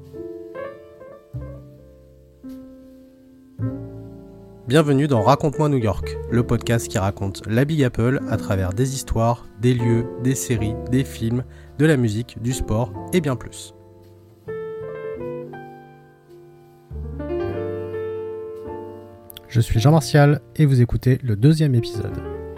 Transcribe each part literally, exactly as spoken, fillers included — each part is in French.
Bienvenue dans Raconte-moi New York, le podcast qui raconte la Big Apple à travers des histoires, des lieux, des séries, des films, de la musique, du sport et bien plus. Je suis Jean Martial et vous écoutez le deuxième épisode.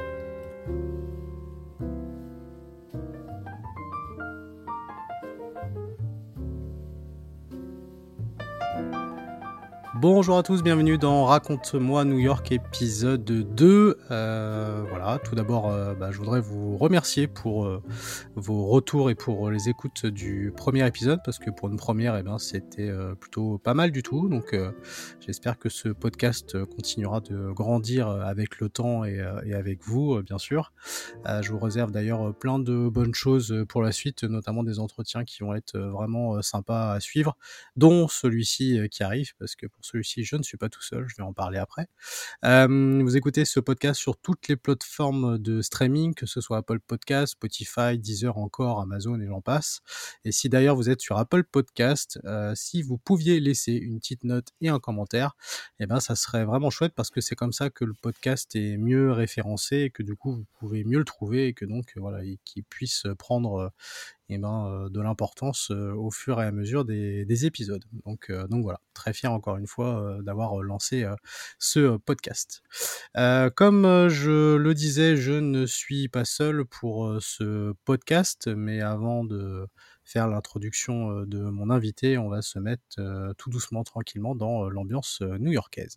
Bonjour à tous, bienvenue dans Raconte-moi New York épisode deux. Euh, voilà, tout d'abord, euh, bah, je voudrais vous remercier pour euh, vos retours et pour les écoutes du premier épisode, parce que pour une première, eh ben, c'était euh, plutôt pas mal du tout. Donc, euh, j'espère que ce podcast continuera de grandir avec le temps et, euh, et avec vous, euh, bien sûr. Euh, je vous réserve d'ailleurs plein de bonnes choses pour la suite, notamment des entretiens qui vont être vraiment sympas à suivre, dont celui-ci qui arrive, parce que pour celui-ci, je ne suis pas tout seul, je vais en parler après. Euh, vous écoutez ce podcast sur toutes les plateformes de streaming, que ce soit Apple Podcast, Spotify, Deezer encore, Amazon et j'en passe. Et si d'ailleurs vous êtes sur Apple Podcast, euh, si vous pouviez laisser une petite note et un commentaire, eh ben ça serait vraiment chouette, parce que c'est comme ça que le podcast est mieux référencé et que du coup vous pouvez mieux le trouver et que donc voilà, qu'il puisse prendre eh ben, euh, de l'importance euh, au fur et à mesure des, des épisodes. Donc, euh, donc voilà, très fier encore une fois euh, d'avoir lancé euh, ce euh, podcast. Euh, comme euh, je le disais, je ne suis pas seul pour euh, ce podcast, mais avant de faire l'introduction euh, de mon invité, on va se mettre euh, tout doucement, tranquillement dans euh, l'ambiance euh, new-yorkaise.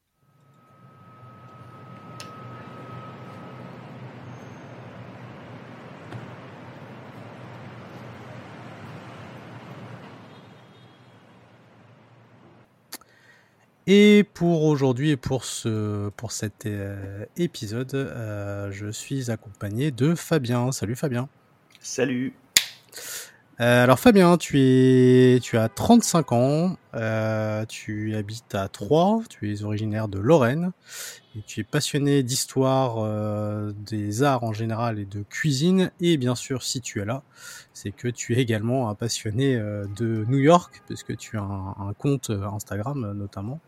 Et pour aujourd'hui et pour ce pour cet euh, épisode, euh, je suis accompagné de Fabien. Salut Fabien. Salut. Euh, alors Fabien, tu es tu as trente-cinq ans, euh, tu habites à Troyes, tu es originaire de Lorraine et tu es passionné d'histoire, euh, des arts en général et de cuisine. Et bien sûr, si tu es là, c'est que tu es également un passionné euh, de New York, puisque tu as un, un compte Instagram notamment.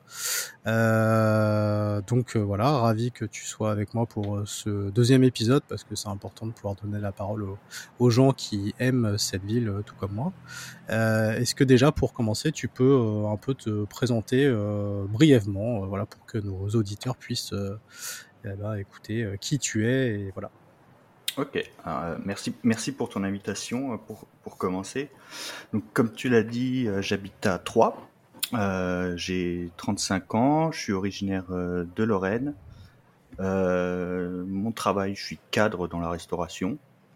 Euh, donc euh, voilà, ravi que tu sois avec moi pour euh, ce deuxième épisode, parce que c'est important de pouvoir donner la parole aux, aux gens qui aiment cette ville euh, tout comme moi. Euh, est-ce que déjà, pour commencer, tu peux euh, un peu te présenter euh, brièvement, euh, voilà, pour que nos auditeurs puissent euh, eh ben, écouter euh, qui tu es et voilà. Ok, euh, merci, merci pour ton invitation. Pour, pour commencer, donc comme tu l'as dit, euh, j'habite à Troyes. Euh, j'ai trente-cinq ans, je suis originaire euh, de Lorraine. Euh, mon travail, je suis cadre dans la restauration.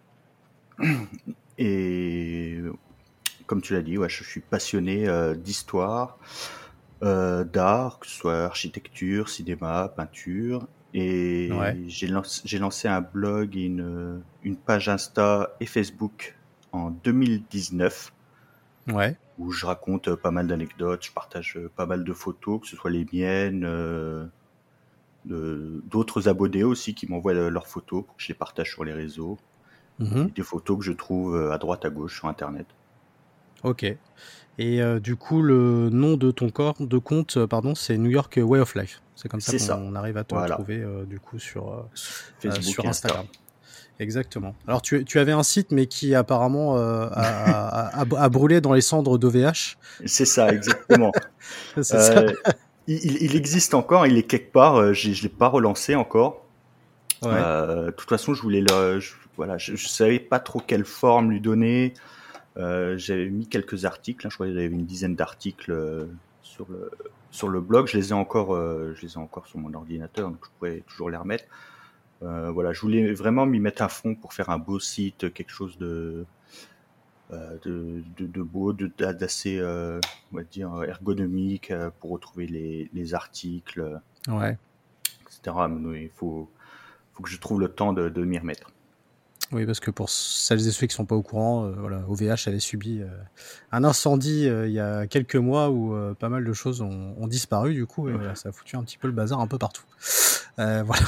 Et comme tu l'as dit, ouais, je suis passionné euh, d'histoire, euh, d'art, que ce soit architecture, cinéma, peinture. Et Ouais. j'ai lancé, j'ai lancé un blog et une, une page Insta et Facebook en deux mille dix-neuf. Ouais. Où je raconte pas mal d'anecdotes, je partage pas mal de photos, que ce soit les miennes, euh, de, d'autres abonnés aussi qui m'envoient leurs photos pour que je les partage sur les réseaux. Mm-hmm. Et des photos que je trouve à droite à gauche sur Internet. Ok. Et euh, du coup, le nom de ton corps, de compte, euh, pardon, c'est New York Way of Life. C'est comme ça C'est qu'on ça. arrive à te Voilà. trouver euh, du coup sur euh, Facebook euh, sur et Instagram. Insta. Exactement. Alors tu, tu avais un site, mais qui apparemment euh, a, a, a, a brûlé dans les cendres d'O V H. C'est ça, exactement. C'est euh, ça. il, il existe encore, il est quelque part. Euh, je ne l'ai pas relancé encore. Ouais. Euh, de toute façon, je voulais le, je, voilà, je, je savais pas trop quelle forme lui donner. Euh, j'avais mis quelques articles, hein, je crois qu'il y avait une dizaine d'articles euh, sur le sur le blog. Je les ai encore, euh, je les ai encore sur mon ordinateur, donc je pourrais toujours les remettre. Euh, voilà, je voulais vraiment m'y mettre à fond pour faire un beau site, quelque chose de euh, de, de, de beau, de, d'assez, euh, on va dire, ergonomique euh, pour retrouver les, les articles, Ouais. et cetera. Mais il faut faut que je trouve le temps de, de m'y remettre. Oui, parce que pour celles et ceux qui sont pas au courant, euh, voilà, O V H avait subi euh, un incendie euh, il y a quelques mois où euh, pas mal de choses ont, ont disparu du coup, et voilà, ça a foutu un petit peu le bazar un peu partout. Euh, voilà.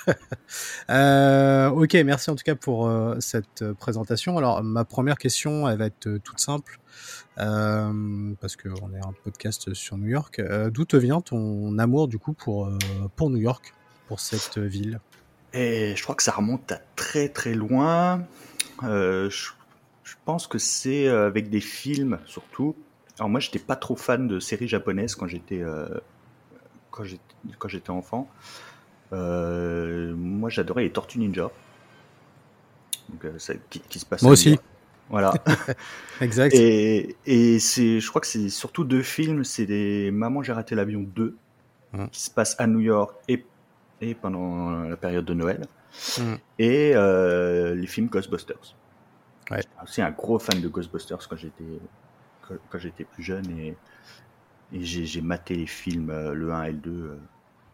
euh, ok, merci en tout cas pour euh, cette présentation. Alors, ma première question, elle va être euh, toute simple, euh, parce qu'on est un podcast sur New York. Euh, d'où te vient ton amour du coup pour, euh, pour New York, pour cette ville? Et je crois que ça remonte à très très loin. Euh, je, je pense que c'est euh, avec des films surtout. Alors moi, j'étais pas trop fan de séries japonaises quand j'étais euh, quand j'étais quand j'étais enfant. Euh, moi, j'adorais les Tortues Ninja, donc, euh, ça, qui, qui se passe Moi à New aussi, York. Voilà. exact. Et, et c'est, je crois que c'est surtout deux films. C'est des Maman, j'ai raté l'avion deux Mm. qui se passent à New York et, et pendant la période de Noël. Mm. Et euh, les films Ghostbusters. Ouais. J'étais aussi un gros fan de Ghostbusters quand j'étais quand, quand j'étais plus jeune et, et j'ai, j'ai maté les films euh, le un et le deux euh,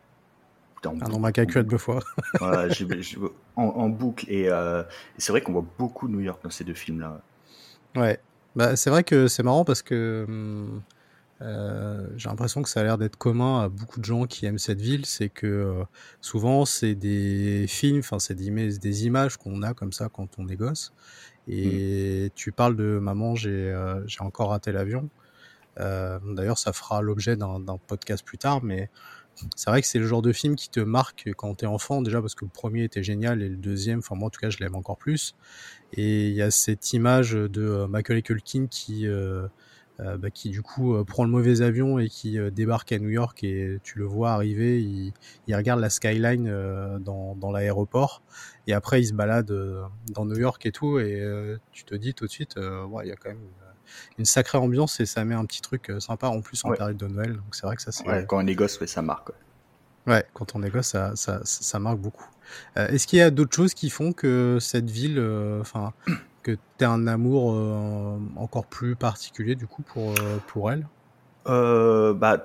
en Un boucle. nombre En incalculable de boucle. fois. Voilà, j'ai- j'ai- en, en boucle et, euh, et c'est vrai qu'on voit beaucoup New York dans ces deux films-là. Ouais. Bah, c'est vrai que c'est marrant parce que hum, euh, j'ai l'impression que ça a l'air d'être commun à beaucoup de gens qui aiment cette ville. C'est que euh, souvent, c'est des films, enfin, c'est des, ima- des images qu'on a comme ça quand on est gosse. Mm. Et tu parles de maman, j'ai euh, j'ai encore raté l'avion. Euh, d'ailleurs, ça fera l'objet d'un d'un podcast plus tard, mais c'est vrai que c'est le genre de film qui te marque quand t'es enfant, déjà parce que le premier était génial et le deuxième, enfin moi en tout cas, je l'aime encore plus. Et il y a cette image de euh, Macaulay Culkin qui, euh, euh, bah, qui du coup euh, prend le mauvais avion et qui euh, débarque à New York et tu le vois arriver, il, il regarde la skyline euh, dans, dans l'aéroport et après il se balade euh, dans New York et tout et euh, tu te dis tout de suite, euh, ouais, il y a quand même une, une sacrée ambiance et ça met un petit truc euh, sympa en plus en Ouais. période de Noël. Donc c'est vrai que ça Ouais, c'est... quand on est gosse, ouais, ça marque. Ouais. Ouais, quand on est gosse, ça, ça, ça marque beaucoup. Euh, est-ce qu'il y a d'autres choses qui font que cette ville, enfin, euh, que tu as un amour euh, encore plus particulier du coup pour, euh, pour elle? Euh, bah,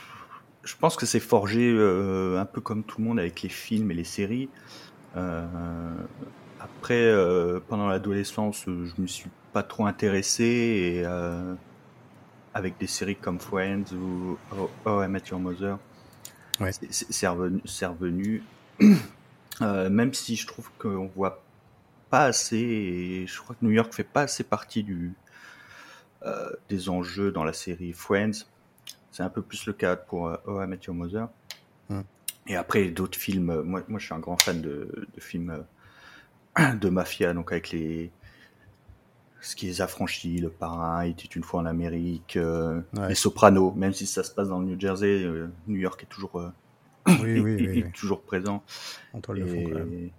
je pense que c'est forgé euh, un peu comme tout le monde avec les films et les séries. Euh, après, euh, pendant l'adolescence, euh, je me suis pas trop intéressé et euh, avec des séries comme Friends ou How How I Met Your Mother, Ouais. c'est c'est- c'est revenu. C'est revenu. Euh, même si je trouve qu'on voit pas assez, et je crois que New York fait pas assez partie du, euh, des enjeux dans la série Friends. C'est un peu plus le cas pour euh, How I Met Your Mother. Mm. Et après, d'autres films. euh, Moi, moi, je suis un grand fan de, de films euh, de mafia, donc avec les, ce qui est Les Affranchis, Le Parrain, Il était une fois en Amérique, euh, Les Ouais. Sopranos, même si ça se passe dans le New Jersey, euh, New York est toujours, euh, Oui, est, oui, est- oui, oui. est toujours présent. En toile de fond quand même. Et...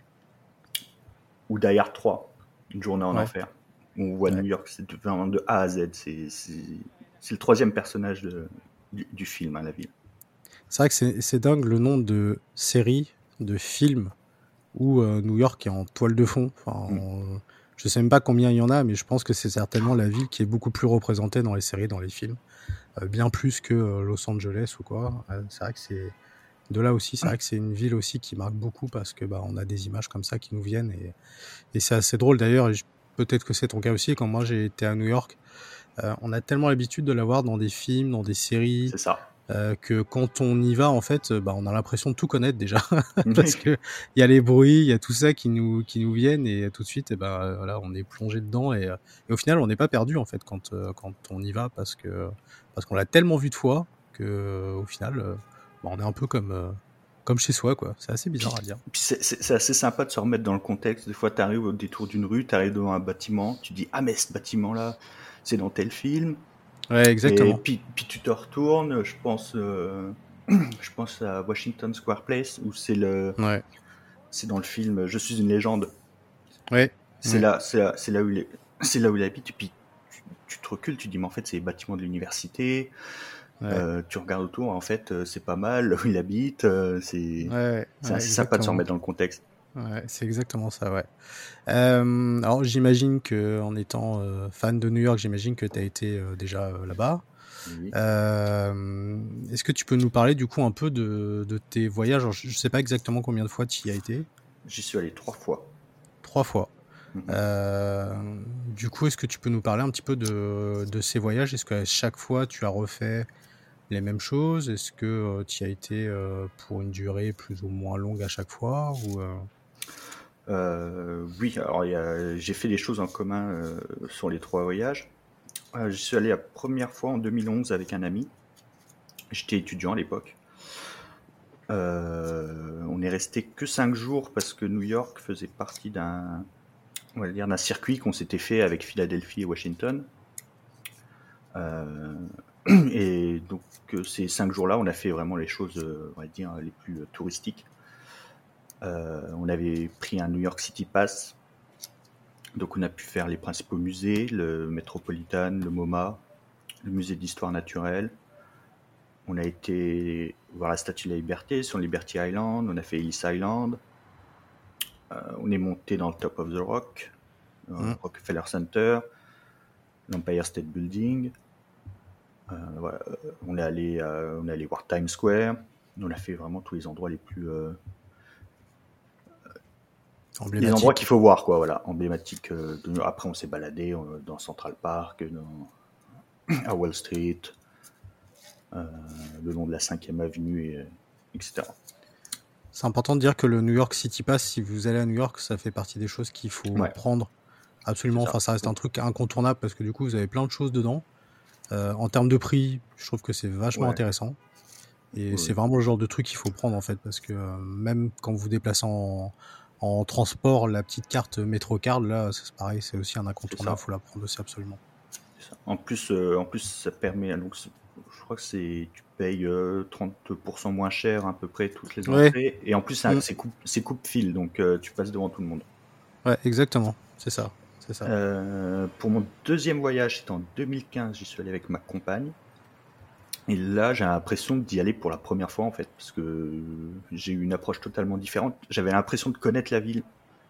Ou Die Hard trois, Une journée en Ouais. enfer. On voit Ouais. New York, c'est de, vraiment de A à Z. C'est, c'est, c'est le troisième personnage de, du, du film, hein, la ville. C'est vrai que c'est, c'est dingue le nombre de séries, de films où euh, New York est en toile de fond. Enfin, Mm. en- je sais même pas combien il y en a, mais je pense que c'est certainement la ville qui est beaucoup plus représentée dans les séries, dans les films, euh, bien plus que euh, Los Angeles ou quoi. Euh, c'est vrai que c'est de là aussi, c'est vrai que c'est une ville aussi qui marque beaucoup parce que bah on a des images comme ça qui nous viennent et, et c'est assez drôle d'ailleurs. Et je- peut-être que c'est ton cas aussi. Quand moi j'ai été à New York, euh, on a tellement l'habitude de la voir dans des films, dans des séries, C'est ça. euh, que quand on y va, en fait, euh, bah, on a l'impression de tout connaître déjà, parce que il y a les bruits, il y a tout ça qui nous qui nous viennent et tout de suite, et ben euh, voilà, on est plongé dedans et, euh, et au final, on n'est pas perdu en fait quand euh, quand on y va parce que parce qu'on l'a tellement vu de fois que euh, au final, euh, bah, on est un peu comme euh, comme chez soi quoi. C'est assez Puis, bizarre à dire. puis c'est, c'est, c'est assez sympa de se remettre dans le contexte. Des fois, tu arrives au détour d'une rue, tu arrives devant un bâtiment, tu dis ah mais ce bâtiment-là, c'est dans tel film. Ouais, Et exactement. puis, puis tu te retournes. Je pense, euh, je pense à Washington Square Place où c'est le, Ouais, c'est dans le film Je suis une légende. ouais, C'est ouais, là, c'est là, c'est là où il est, c'est là où il habite. Et puis tu, tu te recules, tu dis mais en fait c'est les bâtiments de l'université. ouais, Euh, tu regardes autour, en fait euh, c'est pas mal là où il habite. euh, c'est, ouais, c'est ouais, assez sympa de se exactement. remettre dans le contexte. Ouais, c'est exactement ça, ouais. Euh, alors j'imagine que en étant euh, fan de New York, j'imagine que tu as été euh, déjà euh, là-bas. Oui. Euh, est-ce que tu peux nous parler du coup un peu de, de tes voyages? Alors, je ne sais pas exactement combien de fois tu y as été. J'y suis allé trois fois. Trois fois. Mhm. Euh, du coup, est-ce que tu peux nous parler un petit peu de, de ces voyages? Est-ce qu'à chaque fois tu as refait les mêmes choses? Est-ce que tu y as été euh, pour une durée plus ou moins longue à chaque fois ou, euh... Euh, oui, alors il y a- j'ai fait des choses en commun euh, sur les trois voyages. Euh, j'y suis allé la première fois en deux mille onze avec un ami. J'étais étudiant à l'époque. Euh, on est resté que cinq jours parce que New York faisait partie d'un, on va dire, d'un circuit qu'on s'était fait avec Philadelphie et Washington. Euh, et donc euh, ces cinq jours-là, on a fait vraiment les choses, euh, on va dire, les plus euh, touristiques. Euh, on avait pris un New York City Pass, donc on a pu faire les principaux musées, le Metropolitan, le MoMA, le musée d'histoire naturelle. On a été voir la Statue de la Liberté sur Liberty Island, on a fait Ellis Island, euh, on est monté dans le Top of the Rock, euh, Mm. Rockefeller Center, l'Empire State Building. Euh, voilà. On est allé, euh, on est allé voir Times Square. On a fait vraiment tous les endroits les plus, euh, les endroits qu'il faut voir, quoi, voilà, emblématiques. Euh, de... Après, on s'est baladé euh, dans Central Park, dans... à Wall Street, euh, le long de la cinquième avenue, et, et cetera. C'est important de dire que le New York City Pass, si vous allez à New York, ça fait partie des choses qu'il faut Ouais. prendre absolument. Ça. Enfin, ça reste un truc incontournable parce que du coup, vous avez plein de choses dedans. Euh, en termes de prix, je trouve que c'est vachement Ouais. intéressant. Et oui. c'est vraiment le genre de truc qu'il faut prendre en fait, parce que euh, même quand vous vous déplacez en, en transport, la petite carte MetroCard, là, c'est pareil, c'est aussi un incontournable, il faut la prendre aussi absolument. Ça. En plus, euh, en plus, ça permet, donc, je crois que c'est, tu payes euh, trente pour cent moins cher à peu près toutes les entrées, ouais. Et en plus, c'est, mm. c'est, coupe, c'est coupe-fil, donc euh, tu passes devant tout le monde. Ouais, exactement, c'est ça. C'est ça. Euh, pour mon deuxième voyage, c'était en deux mille quinze, j'y suis allé avec ma compagne. Et là, j'ai l'impression d'y aller pour la première fois, en fait, parce que j'ai eu une approche totalement différente. J'avais l'impression de connaître la ville.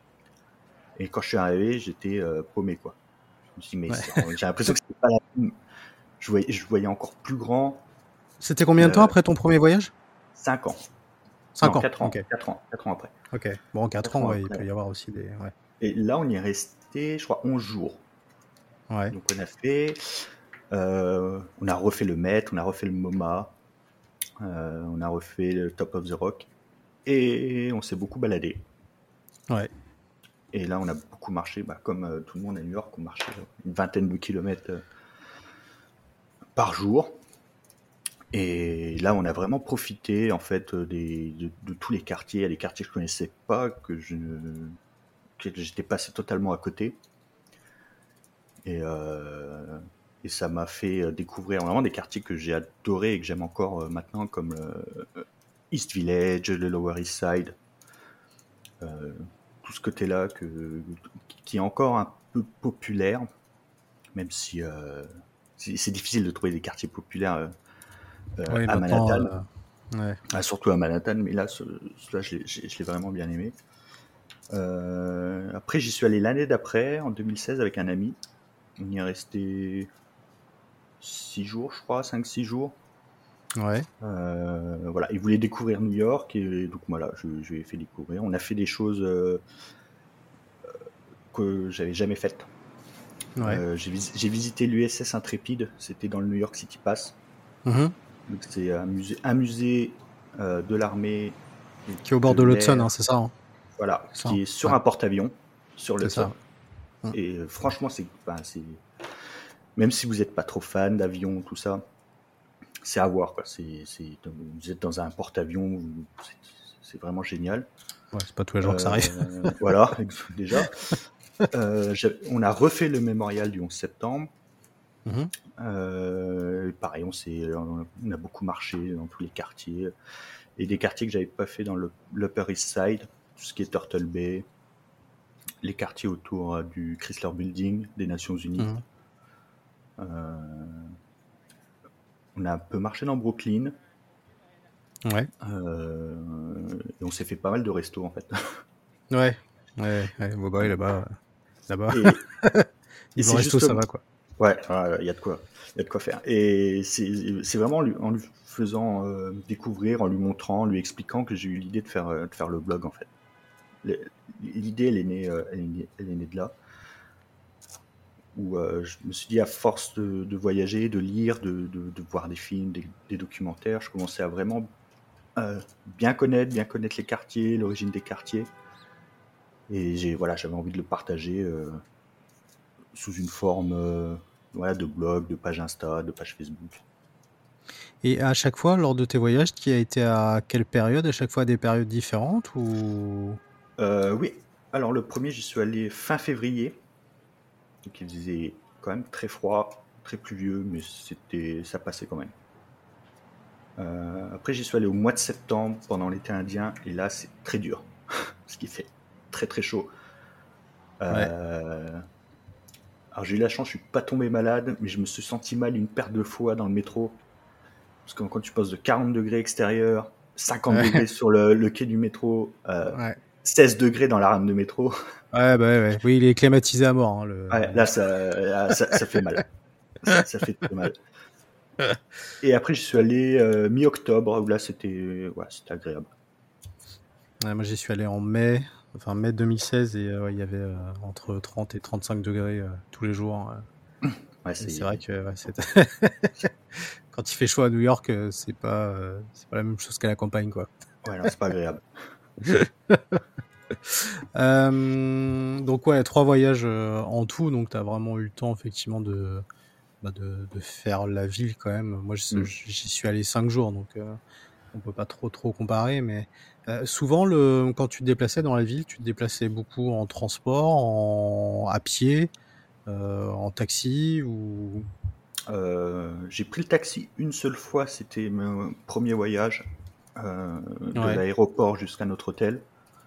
Et quand je suis arrivé, j'étais euh, paumé, quoi. Je me suis dit, mais ouais. J'ai l'impression que c'était pas la même. Je voyais, je voyais encore plus grand. C'était combien de temps euh, après ton premier voyage? Cinq ans. Cinq non, ans. quatre ans. Okay. Quatre ans. Quatre ans après. Ok. Bon, quatre, quatre ans, ans ouais, il peut y avoir aussi des. Ouais. Et là, on y est resté, je crois, onze jours. Ouais. Donc, on a fait. Euh, on a refait le Met, on a refait le MoMA, euh, on a refait le Top of the Rock. Et on s'est beaucoup baladé. Ouais. Et là, on a beaucoup marché, bah, comme euh, tout le monde à New York, on marchait une vingtaine de kilomètres euh, par jour. Et là, on a vraiment profité en fait des, de, de tous les quartiers. Il y a des quartiers que je connaissais pas, que je que j'étais passé totalement à côté. Et, euh, et ça m'a fait découvrir vraiment des quartiers que j'ai adorés et que j'aime encore euh, maintenant, comme le East Village, le Lower East Side. Euh, tout ce côté-là que, qui est encore un peu populaire, même si euh, c'est, c'est difficile de trouver des quartiers populaires euh, oui, à Manhattan. Euh, ouais. Ah, surtout à Manhattan, mais là, ce, là je, l'ai, je l'ai vraiment bien aimé. Euh, après, j'y suis allé l'année d'après, en deux mille seize, avec un ami. On y est resté six jours, je crois, cinq six jours. Ouais. Euh, voilà, il voulait découvrir New York, et donc voilà, je, je lui ai fait découvrir. On a fait des choses euh, que j'avais jamais faites. Ouais. Euh, j'ai, vis- j'ai visité l'U S S Intrépide, c'était dans le New York City Pass. Mm-hmm. Donc c'est un musée, un musée euh, de l'armée. Qui est au bord de, de l'Hudson, hein, c'est ça hein. Voilà, c'est ça, qui est sur ouais. un porte-avions, sur le Hudson. Mm. Et euh, franchement, c'est, ben, c'est... même si vous n'êtes pas trop fan d'avions, tout ça, c'est à voir, quoi. C'est, c'est... Vous êtes dans un porte-avions, c'est, c'est vraiment génial. Ouais, c'est pas tous les jours euh, que ça arrive. Voilà, déjà. euh, on a refait le mémorial du onze septembre. Mm-hmm. Euh, pareil, on, s'est, on a beaucoup marché dans tous les quartiers. Et des quartiers que j'avais pas fait dans le, l'Upper East Side, tout ce qui est Turtle Bay, les quartiers autour du Chrysler Building des Nations Unies. Mmh. Euh, on a un peu marché dans Brooklyn. Ouais. Euh, et on s'est fait pas mal de restos en fait. Ouais. Ouais. ouais. Bon, bah, oui, là-bas, là-bas. Et, et resto, juste... ça va quoi. Ouais, il ouais, y a de quoi, il y a de quoi faire. Et c'est, c'est vraiment lui, en lui faisant euh, découvrir, en lui montrant, en lui expliquant que j'ai eu l'idée de faire, de faire le blog en fait. L'idée, elle est née, elle est née, elle est née de là. où euh, je me suis dit, à force de, de voyager, de lire, de, de, de voir des films, des, des documentaires, je commençais à vraiment euh, bien connaître, bien connaître les quartiers, l'origine des quartiers. Et j'ai, voilà, j'avais envie de le partager euh, sous une forme euh, voilà, de blog, de page Insta, de page Facebook. Et à chaque fois, lors de tes voyages, tu as été à quelle période? À chaque fois à des périodes différentes ou... Euh, oui, alors le premier, j'y suis allé fin février. Donc il faisait quand même très froid, très pluvieux, mais c'était, ça passait quand même. Euh, après, j'y suis allé au mois de septembre pendant l'été indien, et là, c'est très dur, parce qu'il fait très très chaud. Ouais. Euh, alors j'ai eu la chance, je suis pas tombé malade, mais je me suis senti mal une paire de fois dans le métro, parce que quand tu passes de quarante degrés extérieur, cinquante degrés Ouais. sur le, le quai du métro, euh, Ouais. seize degrés dans la rame de métro, Ouais, bah ouais, ouais. Oui, il est climatisé à mort, hein, le, ouais, le là, métro. ça, là, ça, ça fait mal. Ça, ça fait très mal. Et après, j'y suis allé euh, mi-octobre, où là, c'était ouais, c'était agréable. Ouais, moi, j'y suis allé en mai, enfin mai deux mille seize, et euh, ouais, il y avait euh, entre trente et trente-cinq degrés euh, tous les jours. euh. Ouais, Et c'est c'est... vrai que ouais, c'est... quand il fait chaud à New York, euh, c'est pas, euh, c'est pas la même chose qu'à la campagne, quoi. Ouais, non, c'est pas agréable. Euh, donc ouais, trois voyages euh, en tout, donc tu as vraiment eu le temps effectivement de, bah, de, de faire la ville quand même. Moi, je- Mm. j'y suis allé cinq jours, donc euh, on peut pas trop trop comparer, mais euh, souvent le, quand tu te déplaçais dans la ville, tu te déplaçais beaucoup en transport, en, à pied, euh, en taxi ou... Euh, j'ai pris le taxi une seule fois, c'était mon premier voyage euh, de Ouais, l'aéroport jusqu'à notre hôtel.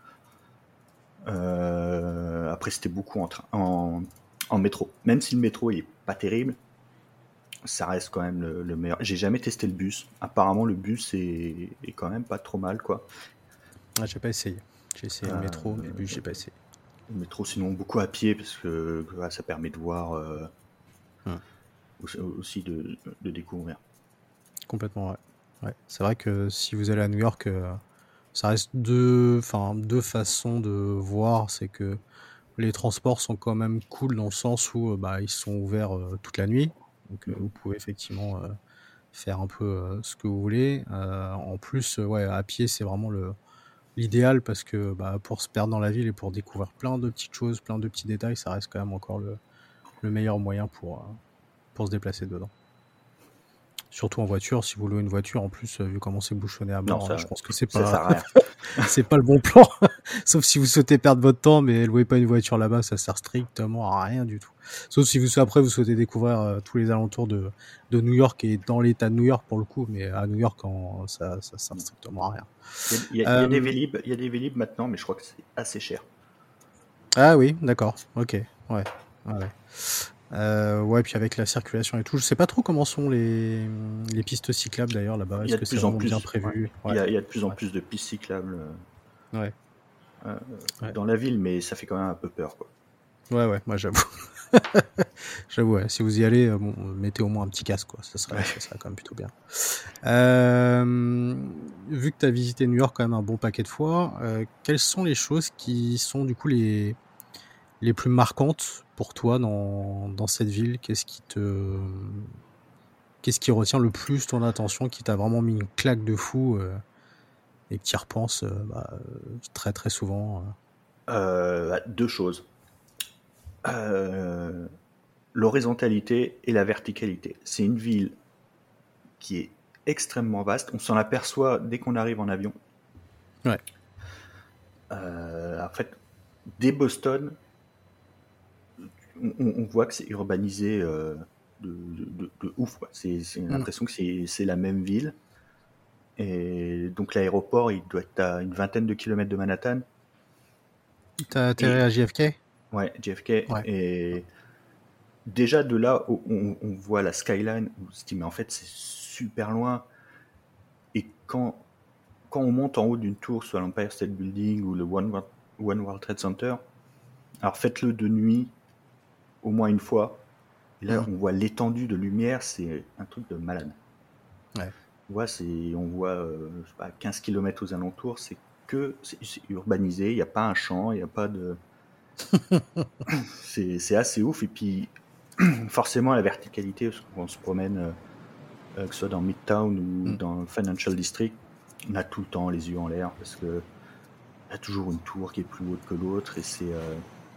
Euh, après, c'était beaucoup en, train, en, en métro. Même si le métro il est pas terrible, ça reste quand même le, le meilleur. J'ai jamais testé le bus. Apparemment, le bus est, est quand même pas trop mal, quoi. ah, j'ai pas essayé. J'ai essayé le métro, mais le Euh, bus, j'ai pas essayé. le métro, sinon beaucoup à pied, parce que voilà, ça permet de voir, euh, Hum, aussi de, de découvrir. Complètement, ouais. Ouais. C'est vrai que si vous allez à New York, euh, ça reste deux, enfin, deux façons de voir. C'est que les transports sont quand même cool dans le sens où euh, bah, ils sont ouverts euh, toute la nuit. Donc euh, vous pouvez effectivement euh, faire un peu euh, ce que vous voulez. Euh, en plus, euh, ouais, à pied, c'est vraiment le l'idéal parce que bah, pour se perdre dans la ville et pour découvrir plein de petites choses, plein de petits détails, ça reste quand même encore le, le meilleur moyen pour, euh, pour se déplacer dedans. Surtout en voiture, si vous louez une voiture, en plus, euh, vu comment c'est bouchonné à Non, mort, euh, je ça, pense que c'est ça pas, sert à rien. c'est pas le bon plan. Sauf si vous souhaitez perdre votre temps, mais louez pas une voiture là-bas, ça sert strictement à rien du tout. Sauf si vous, après, vous souhaitez découvrir euh, tous les alentours de, de New York et dans l'état de New York pour le coup, mais à New York, en, ça, ça sert strictement à rien. Il y a, il y a- il y a des Euh, Vélib, il y a des Vélib maintenant, mais je crois que c'est assez cher. ah oui, d'accord, ok, ouais, ouais. ouais. Euh, ouais, puis avec la circulation et tout, je sais pas trop comment sont les, les pistes cyclables d'ailleurs là-bas. Il y Est-ce a de que c'est plus en vraiment bien plus, ouais. prévu? Il Ouais, y a, il y a de plus en ouais, plus de pistes cyclables ouais, euh, ouais. dans la ville, mais ça fait quand même un peu peur, quoi. Ouais, ouais, moi j'avoue. J'avoue, ouais. Si vous y allez, euh, bon, mettez au moins un petit casque, quoi. Ça serait, ça serait quand même plutôt bien. Euh, vu que tu as visité New York quand même un bon paquet de fois, euh, quelles sont les choses qui sont du coup les, les plus marquantes pour toi dans, dans cette ville? Qu'est-ce qui te, qu'est-ce qui retient le plus ton attention, qui t'a vraiment mis une claque de fou euh, et que tu y repenses euh, bah, euh, très très souvent? euh. Euh, deux choses. Euh, L'horizontalité et la verticalité. C'est une ville qui est extrêmement vaste. On s'en aperçoit dès qu'on arrive en avion. Ouais. Euh, en fait, dès Boston, on, on voit que c'est urbanisé euh, de, de, de, ouf. C'est, c'est Mm. l'impression que c'est, c'est la même ville. Et donc l'aéroport, il doit être à une vingtaine de kilomètres de Manhattan. T'as atterri Et à J F K? ouais, J F K. Ouais. Et déjà de là, on, on voit la skyline. On se dit, mais en fait, c'est super loin. Et quand, quand on monte en haut d'une tour, soit l'Empire State Building ou le One World, One World Trade Center, alors faites-le de nuit au moins une fois. Et là, Mm. on voit l'étendue de lumière, c'est un truc de malade. Ouais. On voit, c'est, on voit euh, je sais pas, quinze kilomètres aux alentours, c'est que c'est, c'est urbanisé, il n'y a pas un champ, il n'y a pas de. C'est, c'est assez ouf. Et puis, forcément la verticalité, parce qu'on se promène, euh, que ce soit dans Midtown ou Mm. dans le Financial District, on a tout le temps les yeux en l'air parce que il y a toujours une tour qui est plus haute que l'autre et c'est euh...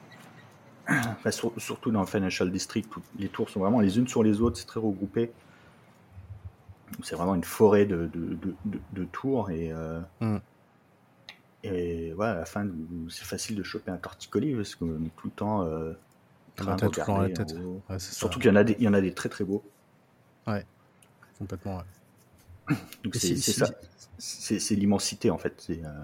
enfin, sur, surtout dans le Financial District, toutes les tours sont vraiment les unes sur les autres, c'est très regroupé. C'est vraiment une forêt de, de, de, de, de tours et euh... Mm. et ouais, à la fin c'est facile de choper un torticolis parce qu'on est tout le temps euh, en train Bah, de t'as toujours la regarder en tête. haut. Ouais, c'est Surtout ça. qu'il y en a des, il y en a des très très beaux. Ouais, complètement. Ouais. Donc Et c'est, si, c'est si... ça, c'est, c'est l'immensité en fait, c'est euh...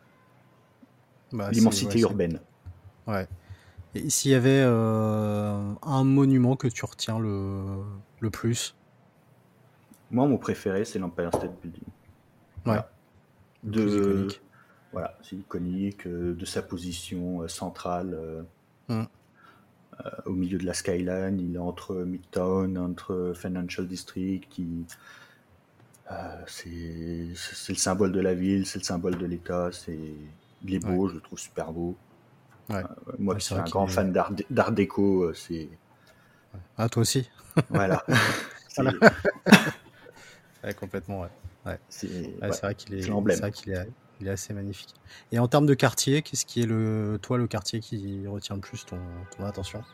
Bah, c'est, ouais, l'immensité c'est... urbaine. Ouais. Et s'il y avait euh, un monument que tu retiens le, le plus? Moi, mon préféré, c'est l'Empire State Building. Ouais. Voilà. Le plus De, iconique. voilà, c'est iconique, euh, de sa position euh, centrale euh, Mm. euh, au milieu de la skyline. Il est entre Midtown, entre Financial District. Il, euh, c'est, c'est le symbole de la ville, c'est le symbole de l'État. C'est, il est Ouais. beau, je le trouve super beau. Ouais. Euh, moi Ouais, qui c'est suis vrai un qu'il grand est... fan d'art, d'art déco, euh, c'est Ouais. Ah, toi aussi? voilà, Voilà. c'est, Ouais, complètement, ouais. Ouais. c'est, Ouais, ouais, c'est vrai qu'il c'est est, c'est l'emblème. vrai qu'il est, il est assez magnifique. Et en termes de quartier, qu'est-ce qui est le, toi, le quartier qui retient le plus ton, ton attention?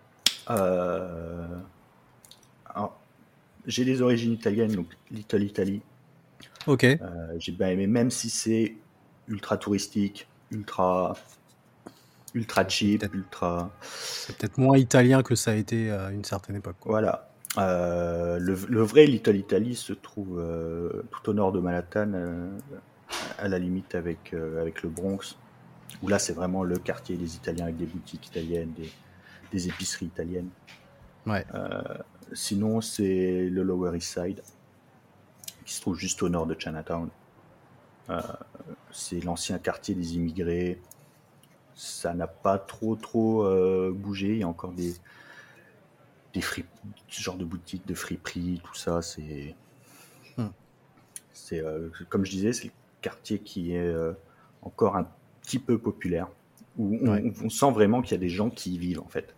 Euh, alors, j'ai des origines italiennes, donc Little Italy. Ok. Euh, j'ai bien aimé, même si c'est ultra touristique, ultra, ultra Ouais, c'est cheap, peut-être, ultra. c'est peut-être moins italien que ça a été à une certaine époque, quoi. Voilà. Euh, le, le vrai Little Italy se trouve euh, tout au nord de Manhattan, euh, à la limite avec, euh, avec le Bronx, où là c'est vraiment le quartier des Italiens avec des boutiques italiennes, des, des épiceries italiennes. Ouais. Euh, sinon, c'est le Lower East Side, qui se trouve juste au nord de Chinatown. Euh, c'est l'ancien quartier des immigrés. Ça n'a pas trop trop euh, bougé. Il y a encore des des frip... ce genre de boutiques de friperie, tout ça. C'est Hmm. c'est euh, comme je disais, c'est le quartier qui est euh, encore un petit peu populaire, où Ouais. on, on sent vraiment qu'il y a des gens qui y vivent en fait.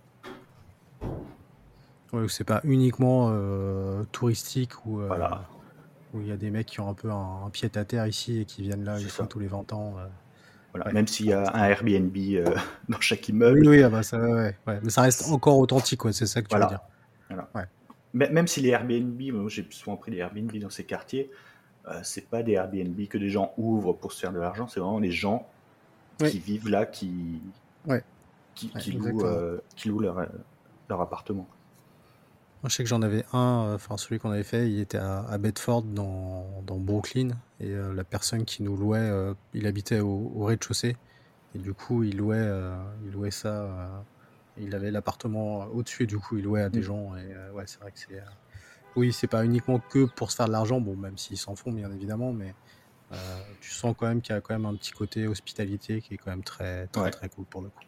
Ouais, c'est pas uniquement euh, touristique ou euh, Voilà, où il y a des mecs qui ont un peu un, un pied à terre ici et qui viennent là c'est une fois ça. tous les vingt ans. euh. Voilà. Ouais, Même s'il y ça a reste. un euh, Airbnb euh, dans chaque Oui, immeuble, oui, ah bah ça, ouais, ouais, ouais. Mais ça reste encore authentique, quoi. C'est ça que tu veux dire. voilà. voilà. Ouais. Même si les Airbnb, moi j'ai souvent pris des Airbnb dans ces quartiers, euh, c'est pas des Airbnb que des gens ouvrent pour se faire de l'argent, c'est vraiment les gens Oui. qui vivent là, qui, Ouais. qui, Ouais, qui louent, exactement. euh, qui louent leur, leur appartement. Moi, je sais que j'en avais un, euh, enfin celui qu'on avait fait, il était à, à Bedford dans, dans Brooklyn et euh, la personne qui nous louait, euh, il habitait au, au rez-de-chaussée et du coup il louait, euh, il louait ça, euh, il avait l'appartement au-dessus et du coup il louait à des Mm. gens et euh, ouais c'est vrai que c'est, euh, oui c'est pas uniquement que pour se faire de l'argent, bon même s'ils s'en font bien évidemment, mais euh, tu sens quand même qu'il y a quand même un petit côté hospitalité qui est quand même très très Ouais. très cool pour le coup.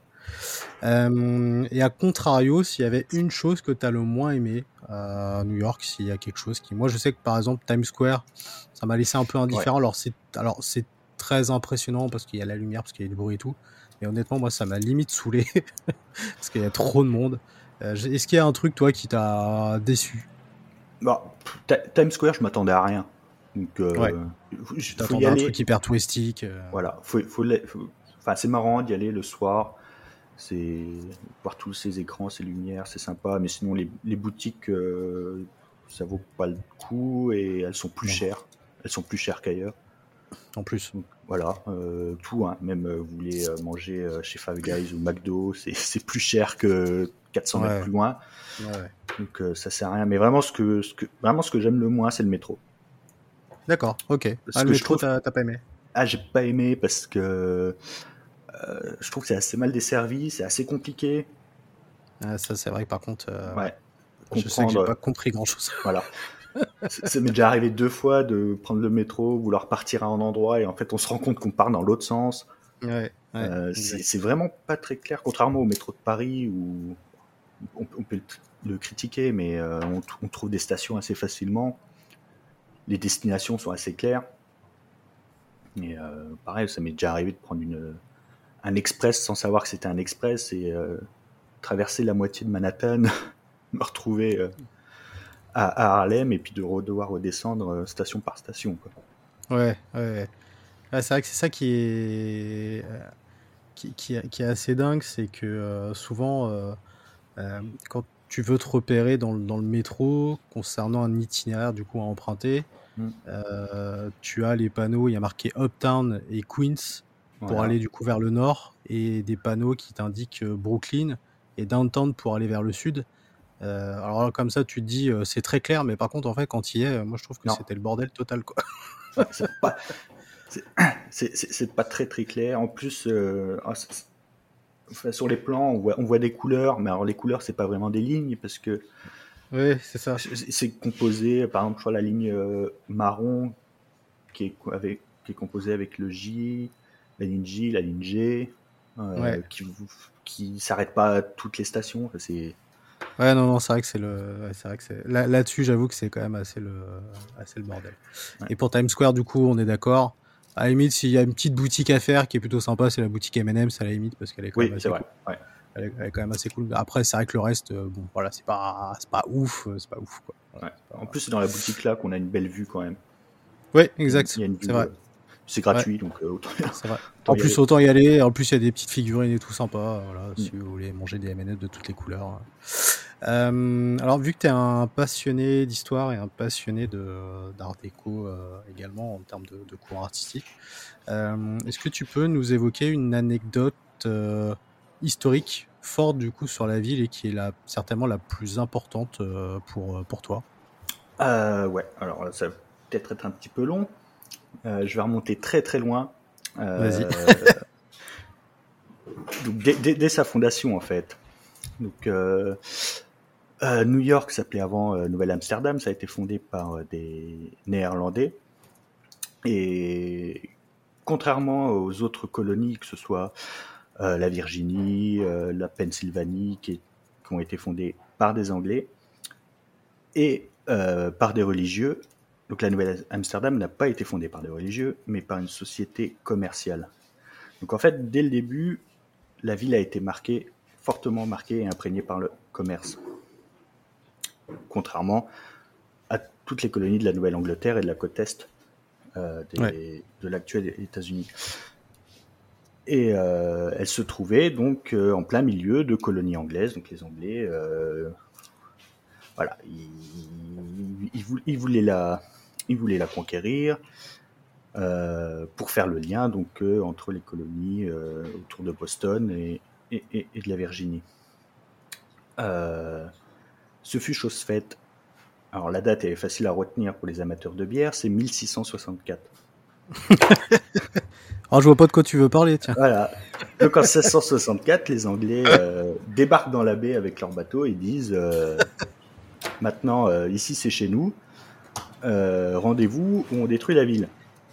Euh, et à contrario, s'il y avait une chose que tu as le moins aimé à New York, s'il y a quelque chose qui... Moi, je sais que par exemple, Times Square, ça m'a laissé un peu Ouais. indifférent. Alors, c'est, alors, c'est très impressionnant parce qu'il y a la lumière, parce qu'il y a du bruit et tout. Mais honnêtement, moi, ça m'a limite saoulé parce qu'il y a trop de monde. Euh, j'ai- est-ce qu'il y a un truc, toi, qui t'a déçu? Bon, Times Square, je m'attendais à rien. Donc, Ouais. euh, Tu faut y t'attendais à un truc aller. hyper touristique. euh, Voilà. Faut, faut, faut... Enfin, c'est marrant d'y aller le soir. C'est voir tous ces écrans, ces lumières, c'est sympa. Mais sinon, les, les boutiques, euh, ça vaut pas le coup et elles sont plus Non, chères. Elles sont plus chères qu'ailleurs. en plus. Donc voilà, euh, tout, hein. Même euh, vous voulez euh, manger euh, chez Five Guys ou McDo, c'est, c'est plus cher que quatre cents mètres Ouais. plus loin. Ouais. Donc euh, ça sert à rien. Mais vraiment, ce que, ce que, vraiment, ce que j'aime le moins, c'est le métro. D'accord, ok. Ce Ah, le que je métro, trouve, t'as, t'as pas aimé? ah, j'ai pas aimé parce que euh, je trouve que c'est assez mal desservi, c'est assez compliqué. Ah, ça, c'est vrai que par contre, euh, ouais. Ouais, Je sais que j'ai pas comprendre, compris grand-chose. voilà. Ça m'est déjà arrivé deux fois de prendre le métro, vouloir partir à un endroit et en fait on se rend compte qu'on part dans l'autre sens. Ouais, ouais, Euh, c'est, exact. c'est vraiment pas très clair, contrairement au métro de Paris où on, on peut le, le critiquer, mais euh, on, on trouve des stations assez facilement. Les destinations sont assez claires. Et euh, pareil, ça m'est déjà arrivé de prendre une, un express sans savoir que c'était un express et euh, traverser la moitié de Manhattan me retrouver euh, à, à Harlem et puis de re- devoir redescendre euh, station par station, quoi. Ouais, ouais, ouais. Ah, c'est vrai que c'est ça qui est, euh, qui, qui, est- qui est assez dingue, c'est que euh, souvent, euh, euh, quand tu veux te repérer dans, le- dans le métro concernant un itinéraire du coup à emprunter, Mm. euh, tu as les panneaux, il y a marqué Uptown et Queens pour Voilà. aller du coup vers le nord, et des panneaux qui t'indiquent euh, Brooklyn et Downtown pour aller vers le sud. Euh, alors là, comme ça, tu te dis, euh, c'est très clair, mais par contre, en fait, quand il y est, euh, moi je trouve que Non, c'était le bordel total, quoi. ouais, c'est pas, c'est, c'est, c'est- c'est pas très très clair. En plus, euh, ah, c'est- c'est- enfin, sur les plans, on voit, on voit des couleurs, mais alors les couleurs, c'est pas vraiment des lignes parce que Ouais, c'est ça. c'est c'est composé, par exemple, je crois la ligne euh, marron qui est, co- avec, qui est composée avec le J, la ligne J, la ligne G, Ouais. euh, qui vous- qui s'arrête pas à toutes les stations. Enfin, c'est Ouais, non, non, c'est vrai que c'est le, ouais, c'est vrai que c'est là, là-dessus, j'avoue que c'est quand même assez le, assez le bordel. ouais. Et pour Times Square, du coup, on est d'accord. À la limite, s'il y a une petite boutique à faire qui est plutôt sympa, c'est la boutique M and M's à la limite parce qu'elle est quand même Oui, c'est assez vrai. cool. Ouais. Elle est, elle est quand même assez cool. Après, c'est vrai que le reste, euh, bon, voilà, c'est pas, c'est pas ouf, euh, c'est pas ouf, quoi. Voilà, Ouais. c'est pas- En plus, c'est dans la boutique là qu'on a une belle vue quand même. Ouais, Il y a une, il exact. y a une C'est vue. vrai. euh, c'est Ouais, gratuit, donc euh, autant, c'est vrai. autant En y plus, aller. autant y aller. En plus, il y a des petites figurines et tout sympa. Voilà, Mm. si vous voulez manger des M and M's de toutes les couleurs. Euh, alors, vu que tu es un passionné d'histoire et un passionné de, d'art déco euh, également en termes de, de cours artistiques, euh, est-ce que tu peux nous évoquer une anecdote euh, historique forte du coup sur la ville et qui est la, certainement la plus importante euh, pour, pour toi? Euh, ouais, alors là, ça va peut-être être un petit peu long. Euh, je vais remonter très très loin. Vas-y. Euh, donc, dès, dès- dès sa fondation, en fait. Donc, euh, euh, New York s'appelait avant euh, Nouvelle-Amsterdam. Ça a été fondé par euh, des Néerlandais. Et contrairement aux autres colonies, que ce soit euh, la Virginie, euh, la Pennsylvanie, qui, est- qui ont été fondées par des Anglais et euh, par des religieux. Donc la Nouvelle-Amsterdam n'a pas été fondée par des religieux, mais par une société commerciale. Donc en fait, dès le début, la ville a été marquée, fortement marquée et imprégnée par le commerce. Contrairement à toutes les colonies de la Nouvelle-Angleterre et de la côte est euh, Ouais. des, de l'actuel États-Unis. Et euh, elle se trouvait donc euh, en plein milieu de colonies anglaises. Donc les Anglais, euh, voilà, ils, ils, voulaient, ils, voulaient la, ils voulaient la conquérir euh, pour faire le lien donc euh, entre les colonies euh, autour de Boston et, et, et, et de la Virginie. Euh, ce fut chose faite. Alors la date est facile à retenir pour les amateurs de bière, c'est mille six cent soixante-quatre. Alors, je vois pas de quoi tu veux parler, tiens. Voilà. Donc en seize cent soixante-quatre, les Anglais euh, débarquent dans la baie avec leur bateau et disent euh, maintenant euh, ici c'est chez nous, euh, rendez-vous ou on détruit la ville.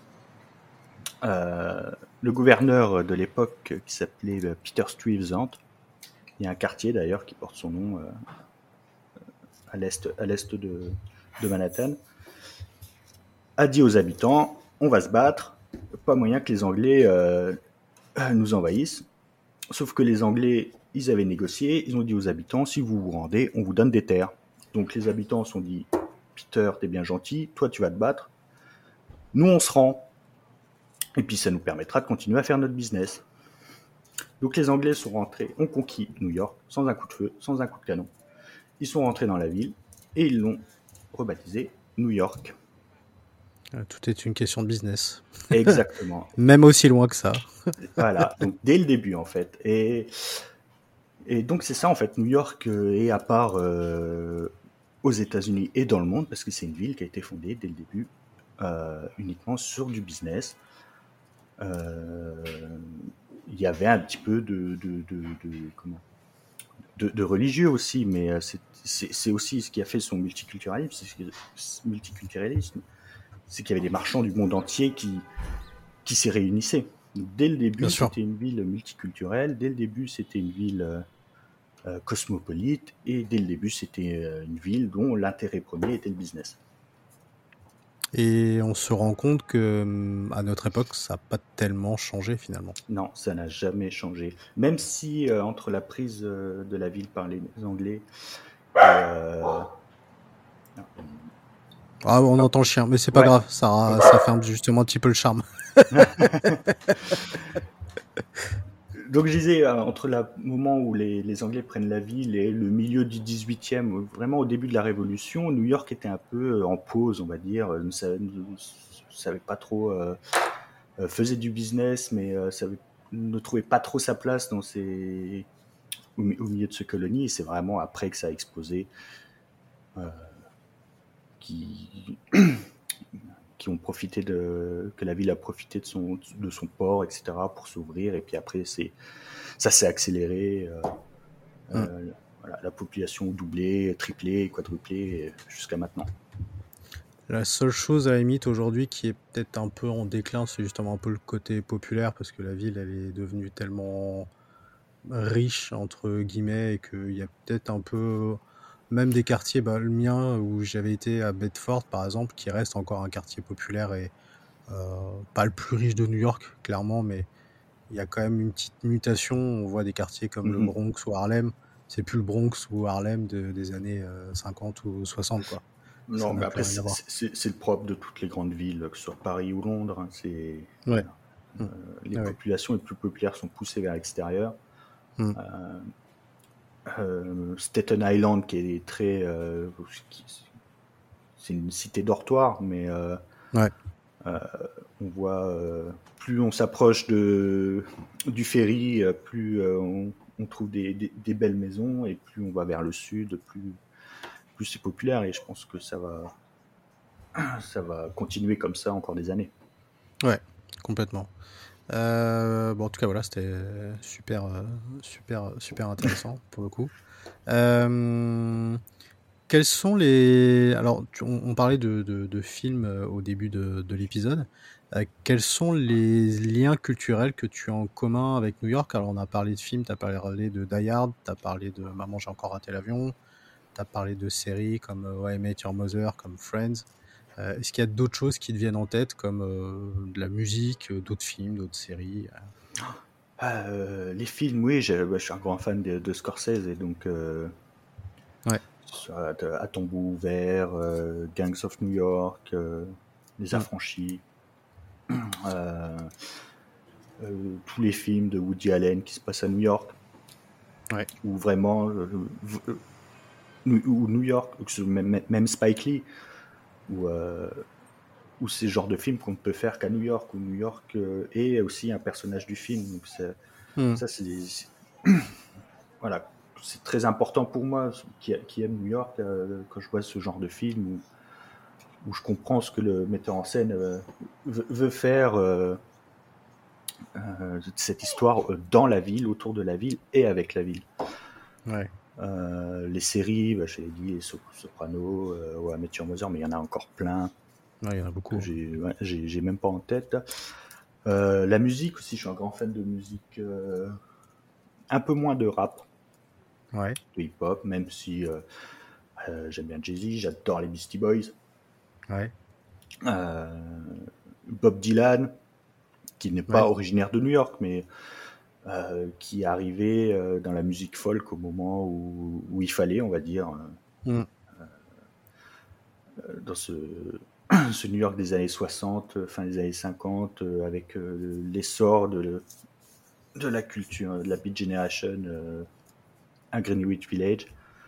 Euh, le gouverneur de l'époque qui s'appelait Peter Stuyvesant, il y a un quartier d'ailleurs qui porte son nom euh, à l'est, à l'est de, de Manhattan, a dit aux habitants on va se battre, pas moyen que les Anglais euh, nous envahissent. Sauf que les Anglais, ils avaient négocié, ils ont dit aux habitants si vous vous rendez, on vous donne des terres. Donc les habitants se sont dit Peter, t'es bien gentil, toi tu vas te battre, nous on se rend, et puis ça nous permettra de continuer à faire notre business. Donc les Anglais sont rentrés, ont conquis New York sans un coup de feu, sans un coup de canon. Ils sont rentrés dans la ville et ils l'ont rebaptisé New York. Euh, Tout est une question de business. Exactement. Même aussi loin que ça. Voilà, donc dès le début en fait. Et, et donc c'est ça en fait, New York est à part euh, aux États-Unis et dans le monde parce que c'est une ville qui a été fondée dès le début euh, uniquement sur du business. Euh, Il y avait un petit peu de, de, de, de comment de, de religieux aussi, mais c'est, c'est, c'est aussi ce qui a fait son multiculturalisme, c'est, multiculturalisme, c'est qu'il y avait des marchands du monde entier qui, qui s'y réunissaient. Donc, dès le Bien début, sûr. c'était une ville multiculturelle, dès le début, c'était une ville euh, cosmopolite, et dès le début, c'était euh, une ville dont l'intérêt premier était le business. Et on se rend compte que hum, à notre époque, ça n'a pas tellement changé finalement. Non, ça n'a jamais changé. Même si euh, entre la prise euh, de la ville par les Anglais euh, Ah, on entend le chien, mais c'est pas Ouais. grave, ça, ça ferme justement un petit peu le charme. Donc je disais, euh, entre le moment où les, les Anglais prennent la ville et le milieu du dix-huitième, vraiment au début de la Révolution, New York était un peu euh, en pause, on va dire, ne savait, ne savait pas trop, euh, euh, faisait du business, mais euh, savait, ne trouvait pas trop sa place dans ses, au, au milieu de ce colonie, et c'est vraiment après que ça a explosé, euh, qui... qui ont profité de, que la ville a profité de son, de son port, et cetera, pour s'ouvrir. Et puis après, c'est, ça s'est accéléré. Euh, Mm. euh, voilà, la population doublée, triplée, quadruplée, jusqu'à maintenant. La seule chose à la limite aujourd'hui qui est peut-être un peu en déclin, c'est justement un peu le côté populaire, parce que la ville, elle est devenue tellement riche, entre guillemets, et qu'il y a peut-être un peu... Même des quartiers, bah, le mien, où j'avais été à Bedford, par exemple, qui reste encore un quartier populaire et euh, pas le plus riche de New York, clairement, mais il y a quand même une petite mutation. On voit des quartiers comme le Mm-hmm. Bronx ou Harlem. C'est plus le Bronx ou Harlem de, des années euh, cinquante ou soixante, quoi. Ça Non, n'a mais plus après, rien à voir. c'est, c'est le propre de toutes les grandes villes, que ce soit Paris ou Londres. Hein, c'est, Ouais. voilà. Mmh. euh, les Ah ouais. populations les plus populaires sont poussées vers l'extérieur. Mmh. Euh, euh, Staten Island, qui est très... Euh, qui, c'est une cité dortoir, mais euh, Ouais. euh, on voit... Euh, plus on s'approche de, du ferry, plus euh, on, on trouve des, des, des belles maisons, et plus on va vers le sud, plus, plus c'est populaire, et je pense que ça va, ça va continuer comme ça encore des années. Ouais, complètement. Euh, bon, en tout cas, voilà, c'était super, euh, super, super intéressant pour le coup. Euh, quels sont les... Alors, tu- on, on parlait de, de, de films euh, au début de, de l'épisode. Euh, quels sont les liens culturels que tu as en commun avec New York? Alors, on a parlé de films, tu as parlé de Die Hard, tu as parlé de Maman, j'ai encore raté l'avion, tu as parlé de séries comme euh, How I Met Your Mother, comme Friends. Euh, est-ce qu'il y a d'autres choses qui te viennent en tête, comme euh, de la musique, euh, d'autres films, d'autres séries? Euh, les films, oui, je, bah, je suis un grand fan de, de Scorsese, et donc euh, Ouais. soit de- À tombeau ouvert, euh, Gangs of New York, euh, Les Mm. Affranchis, euh, euh, tous les films de Woody Allen qui se passent à New York, Ouais. ou vraiment euh, euh, ou New York, même, même Spike Lee, ou euh, ou c'est le genre de film qu'on ne peut faire qu'à New York, où New York euh, est aussi un personnage du film. Donc c'est, Mm. ça, c'est, c'est voilà, c'est très important pour moi qui, qui aime New York, euh, quand je vois ce genre de film où, où je comprends ce que le metteur en scène euh, veut, veut faire, euh, euh, cette histoire euh, dans la ville, autour de la ville et avec la ville. Ouais. Euh, les séries, bah, je l'ai dit, les Sopranos, euh, ouais, Met Your Mother, mais il y en a encore plein Ouais, il y en a que beaucoup. j'ai, ouais, j'ai, j'ai même pas en tête. Euh, la musique aussi, je suis un grand fan de musique, euh, un peu moins de rap, Ouais. de hip-hop, même si euh, euh, j'aime bien Jay-Z, j'adore les Beastie Boys. Ouais. Euh, Bob Dylan, qui n'est pas Ouais. originaire de New York, mais euh, qui est arrivé euh, dans la musique folk au moment où, où il fallait, on va dire, Mm. euh, dans ce, ce New York des années soixante, fin des années cinquante, euh, avec euh, l'essor de, de la culture, de la Beat Generation euh, à Greenwich Village.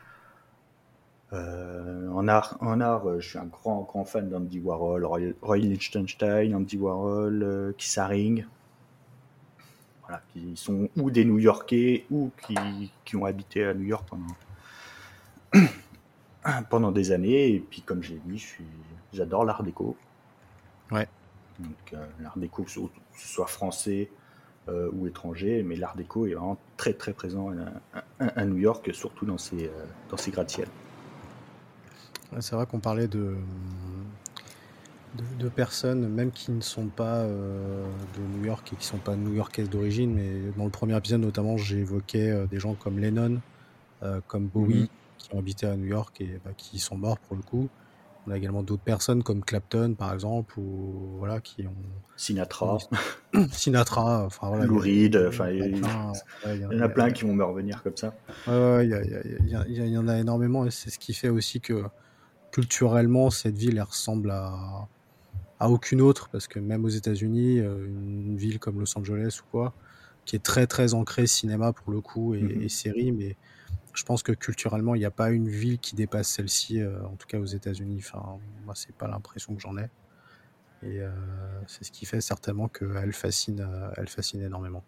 Euh, en art, en art euh, je suis un grand, grand fan d'Andy Warhol, Roy, Roy Lichtenstein, Andy Warhol, euh, Keith Haring, voilà, qui sont ou des New-Yorkais ou qui, qui ont habité à New York pendant, pendant des années. Et puis, comme je l'ai dit, je suis, j'adore l'art déco. Ouais. Donc, euh, l'art déco, que ce soit français euh, ou étranger, mais l'art déco est vraiment très, très présent à, à, à New York, surtout dans ces, euh, dans ces gratte-ciels. Ouais, c'est vrai qu'on parlait de, de, de personnes, même qui ne sont pas euh, de New York et qui ne sont pas new-yorkaises d'origine, mais dans le premier épisode notamment, j'évoquais euh, des gens comme Lennon, euh, comme Mm-hmm. Bowie, qui ont habité à New York et bah, qui sont morts pour le coup. on a également d'autres personnes comme Clapton par exemple, ou voilà, qui ont Sinatra, une- Sinatra. Enfin voilà, il y, Lou a- il Reed, y enfin, en a il plein. Ouais, il y en y en il y a a- il plein y a- qui vont me revenir comme ça. ouais, ouais, il y a- il y a- il y a- il y a- il y en a énormément, et c'est ce qui fait aussi que culturellement cette ville elle ressemble à à aucune autre, parce que même aux États-Unis, euh, une ville comme Los Angeles ou quoi, qui est très très ancrée cinéma pour le coup et, Mhm. et série, mais je pense que culturellement il n'y a pas une ville qui dépasse celle-ci, euh, en tout cas aux États-Unis. Enfin, moi c'est pas l'impression que j'en ai, et euh, c'est ce qui fait certainement qu'elle fascine, euh, elle fascine énormément.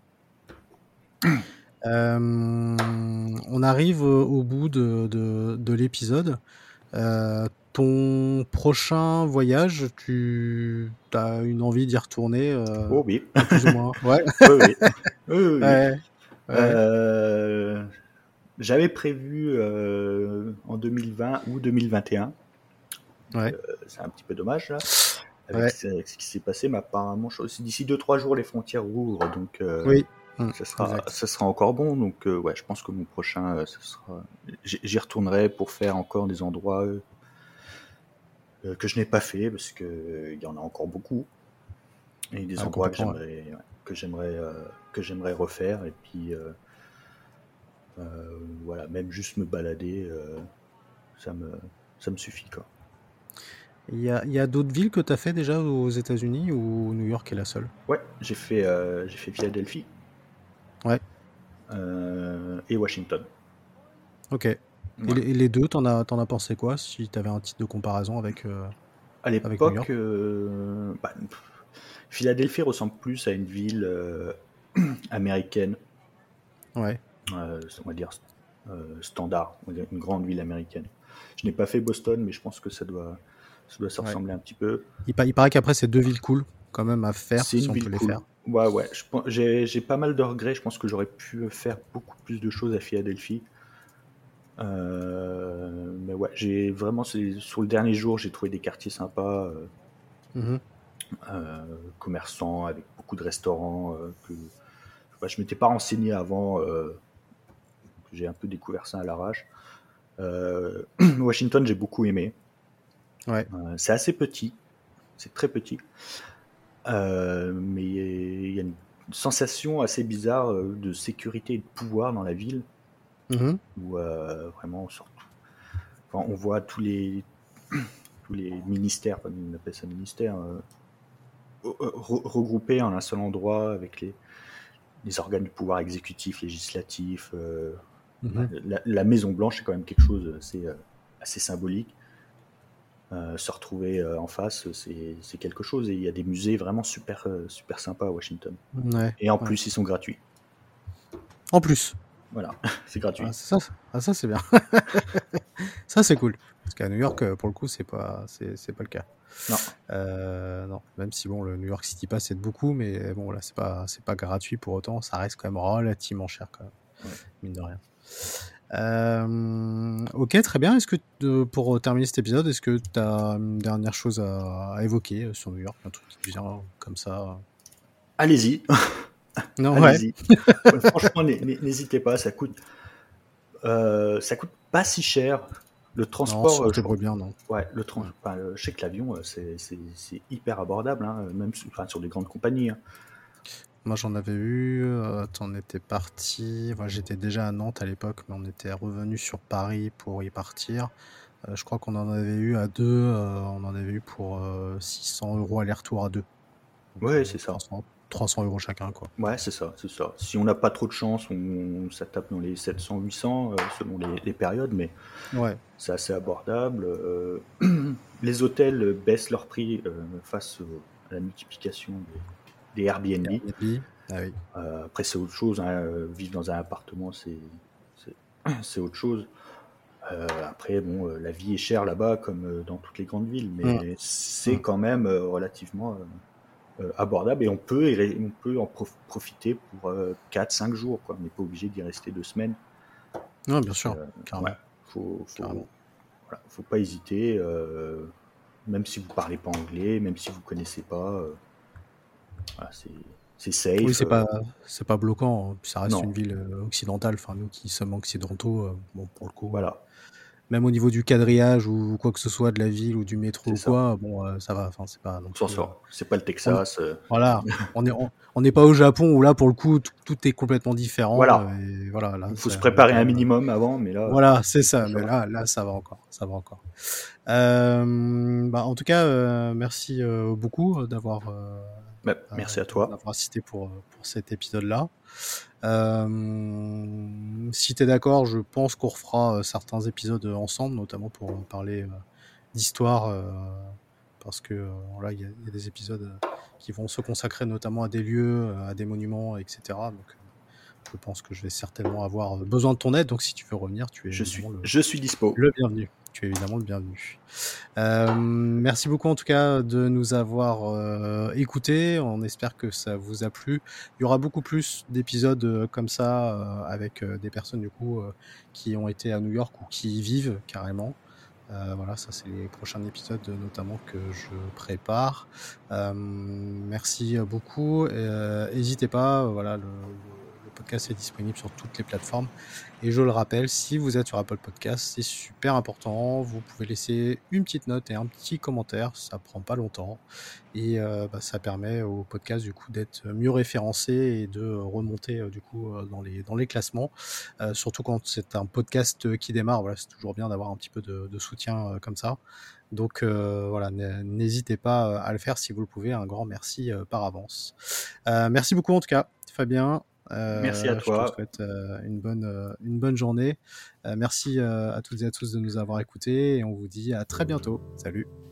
Euh, on arrive au au bout de, de, de l'épisode. Euh, ton prochain voyage, tu as une envie d'y retourner, euh, Oh oui, enfin, plus ou moins. Ouais, oui, oui, oui, oui, oui. ouais, ouais, Euh, j'avais prévu euh, en deux mille vingt ou deux mille vingt et un. Donc, ouais, euh, c'est un petit peu dommage là, avec, ouais, ce avec ce qui s'est passé, mais apparemment, je- d'ici deux trois jours, les frontières ouvrent, donc euh, oui, hum, ça sera, exact. ça sera encore bon. Donc, euh, ouais, je pense que mon prochain, euh, ce sera, j'y j'y retournerai pour faire encore des endroits euh, euh, que je n'ai pas fait, parce que euh, il y en a encore beaucoup, et des Ah, endroits que complètement. Ouais. j'aimerais, ouais, que j'aimerais, euh, que j'aimerais refaire, et puis euh, euh, voilà, même juste me balader, euh, ça me, ça me suffit quoi. Il y a, il y a d'autres villes que tu as fait déjà aux États-Unis, ou New York est la seule? Ouais, j'ai fait, euh, j'ai fait Philadelphie Ouais, euh, et Washington. ok. Et Voilà. les, et les deux, t'en as, t'en as pensé quoi, si tu avais un titre de comparaison avec, euh, À avec New l'époque, York? euh, bah, pff, Philadelphie ressemble plus à une ville euh, américaine, Ouais, euh, on va dire euh, standard, on va dire une grande ville américaine. Je n'ai pas fait Boston, mais je pense que ça doit, ça doit se ouais. ressembler un petit peu. Il, pa- il paraît qu'après, c'est deux villes cool, quand même, à faire, C'est si une on peut ville les cool. faire. Ouais, ouais. je pense- J'ai j'ai pas mal de regrets. Je pense que j'aurais pu faire beaucoup plus de choses à Philadelphie. Euh, mais ouais, j'ai vraiment, c'est- sur le dernier jour, j'ai trouvé des quartiers sympas, euh, Mhm. euh, commerçants, avec beaucoup de restaurants euh, que bah, je m'étais pas renseigné avant. Euh, que j'ai un peu découvert ça à l'arrache. Euh, Washington, j'ai beaucoup aimé. Ouais. Euh, c'est assez petit, c'est très petit, euh, mais il y a une sensation assez bizarre euh, de sécurité et de pouvoir dans la ville, Mhm. où euh, vraiment on, sort, enfin, on voit tous les tous les ministères, enfin, on appelle ça ministère, euh, re- regroupés en un seul endroit avec les, les organes du pouvoir exécutif, législatif. Euh, bah, Mhm. la, la Maison Blanche est quand même quelque chose assez, euh, assez symbolique. Euh, se retrouver euh, en face, c'est c'est quelque chose. Et il y a des musées vraiment super, euh, super sympas à Washington. Ouais, Et en ouais. plus, ils sont gratuits. En plus. Voilà, c'est Ah, gratuit. c'est ça, c'est- ah, ça c'est bien. Ça c'est cool. Parce qu'à New York, euh, pour le coup, c'est pas, c'est, c'est pas le cas. Non. Euh, non, même si bon, le New York City Pass aide beaucoup, mais bon, là, c'est pas, c'est pas gratuit pour autant. Ça reste quand même relativement cher, quand même, Ouais. mine de rien. Euh, ok, très bien. Est-ce que, euh, pour terminer cet épisode, est-ce que tu as une dernière chose à, à évoquer euh, sur New York, un truc qui te vient comme ça? Allez-y, Non, ouais. allez-y. Ouais, franchement, n'hésitez pas, ça coûte, euh, ça coûte pas si cher. Le Non, transport, si on euh, se je crois, débrouille bien, non. ouais, le trans, Ouais. enfin, le- je sais que l'avion, euh, c'est c'est- c'est hyper abordable, hein, même sur, enfin, sur des grandes compagnies. Hein. Moi, j'en avais eu. Euh, on était parti. Moi, j'étais déjà à Nantes à l'époque, mais on était revenu sur Paris pour y partir. Euh, je crois qu'on en avait eu à deux. Euh, on en avait eu pour euh, six cents euros aller-retour à deux. Donc Ouais, euh, c'est ça. trois cents, trois cents euros chacun, quoi. Ouais, c'est ça, c'est ça. Si on n'a pas trop de chance, on, ça tape dans les sept cents, huit cents, euh, selon les, les périodes, mais Ouais. c'est assez abordable. Euh, les hôtels baissent leur prix euh, face au- à la multiplication des, des Airbnb. Airbnb. Ah oui. Euh, après, c'est autre chose. Hein, euh, vivre dans un appartement, c'est c'est- c'est autre chose. Euh, après, bon, euh, la vie est chère là-bas, comme euh, dans toutes les grandes villes, Mm, mais c'est mm. quand même euh, relativement euh, euh, abordable et on peut, y ré- on peut en prof- profiter pour euh, quatre cinq jours. Quoi. On n'est pas obligé d'y rester deux semaines. Ouais, bien Donc, sûr. euh, ouais, Carrément. faut, faut, Carrément. voilà, faut pas hésiter. Euh, même si vous parlez pas anglais, même si vous connaissez pas, euh, voilà, c'est c'est Oui, safe. c'est Euh, pas, c'est pas bloquant. Ça reste une non, ville euh, occidentale. Enfin, nous qui sommes occidentaux, euh, bon, pour le coup. euh, voilà. même au niveau du quadrillage ou quoi que ce soit de la ville ou du métro C'est ou ça. quoi, bon, euh, ça va. Enfin, c'est pas non On s'en plus. euh, sort. C'est pas le on, Texas. euh, voilà, on est on on n'est pas au Japon où là pour le coup tout, tout est complètement différent Voilà. et voilà là Il faut se ça, on est préparer quand un même. euh, minimum avant, mais là, Voilà, c'est là, ça. ça Mais va. là là ça va encore, ça va encore. Euh, bah, en tout cas, euh, merci euh, beaucoup d'avoir euh, Bah, euh, merci à toi. d'avoir assisté pour pour cet épisode-là. Euh, si t'es d'accord, je pense qu'on refera euh, certains épisodes ensemble, notamment pour euh, parler euh, d'histoire, euh, parce que euh, là, il y, a- il y a des épisodes euh, qui vont se consacrer notamment à des lieux, euh, à des monuments, et cetera. Donc, euh, je pense que je vais certainement avoir euh, besoin de ton aide. Donc, si tu veux revenir, tu es Je suis, évidemment le, je suis dispo. le bienvenu. Tu es évidemment le bienvenu. Euh, merci beaucoup en tout cas de nous avoir euh, écoutés. On espère que ça vous a plu. Il y aura beaucoup plus d'épisodes euh, comme ça euh, avec euh, des personnes du coup euh, qui ont été à New York ou qui y vivent carrément. Euh, voilà, ça c'est les prochains épisodes euh, notamment que je prépare. Euh, merci beaucoup. Euh, N'hésitez pas. euh, Voilà, le, le- le podcast est disponible sur toutes les plateformes. Et je le rappelle, si vous êtes sur Apple Podcast, c'est super important. Vous pouvez laisser une petite note et un petit commentaire. Ça prend pas longtemps et euh, bah, ça permet au podcast du coup d'être mieux référencé et de remonter euh, du coup euh, dans les dans les classements. Euh, surtout quand c'est un podcast qui démarre, voilà, c'est toujours bien d'avoir un petit peu de, de soutien euh, comme ça. Donc euh, voilà, n'hésitez pas euh, à le faire si vous le pouvez. Un grand merci euh, par avance. Euh, merci beaucoup en tout cas, Fabien. Merci à Euh, je te toi. souhaite euh, une bonne euh, une bonne journée. Euh, merci euh, à toutes et à tous de nous avoir écoutés et on vous dit à très bientôt. Salut.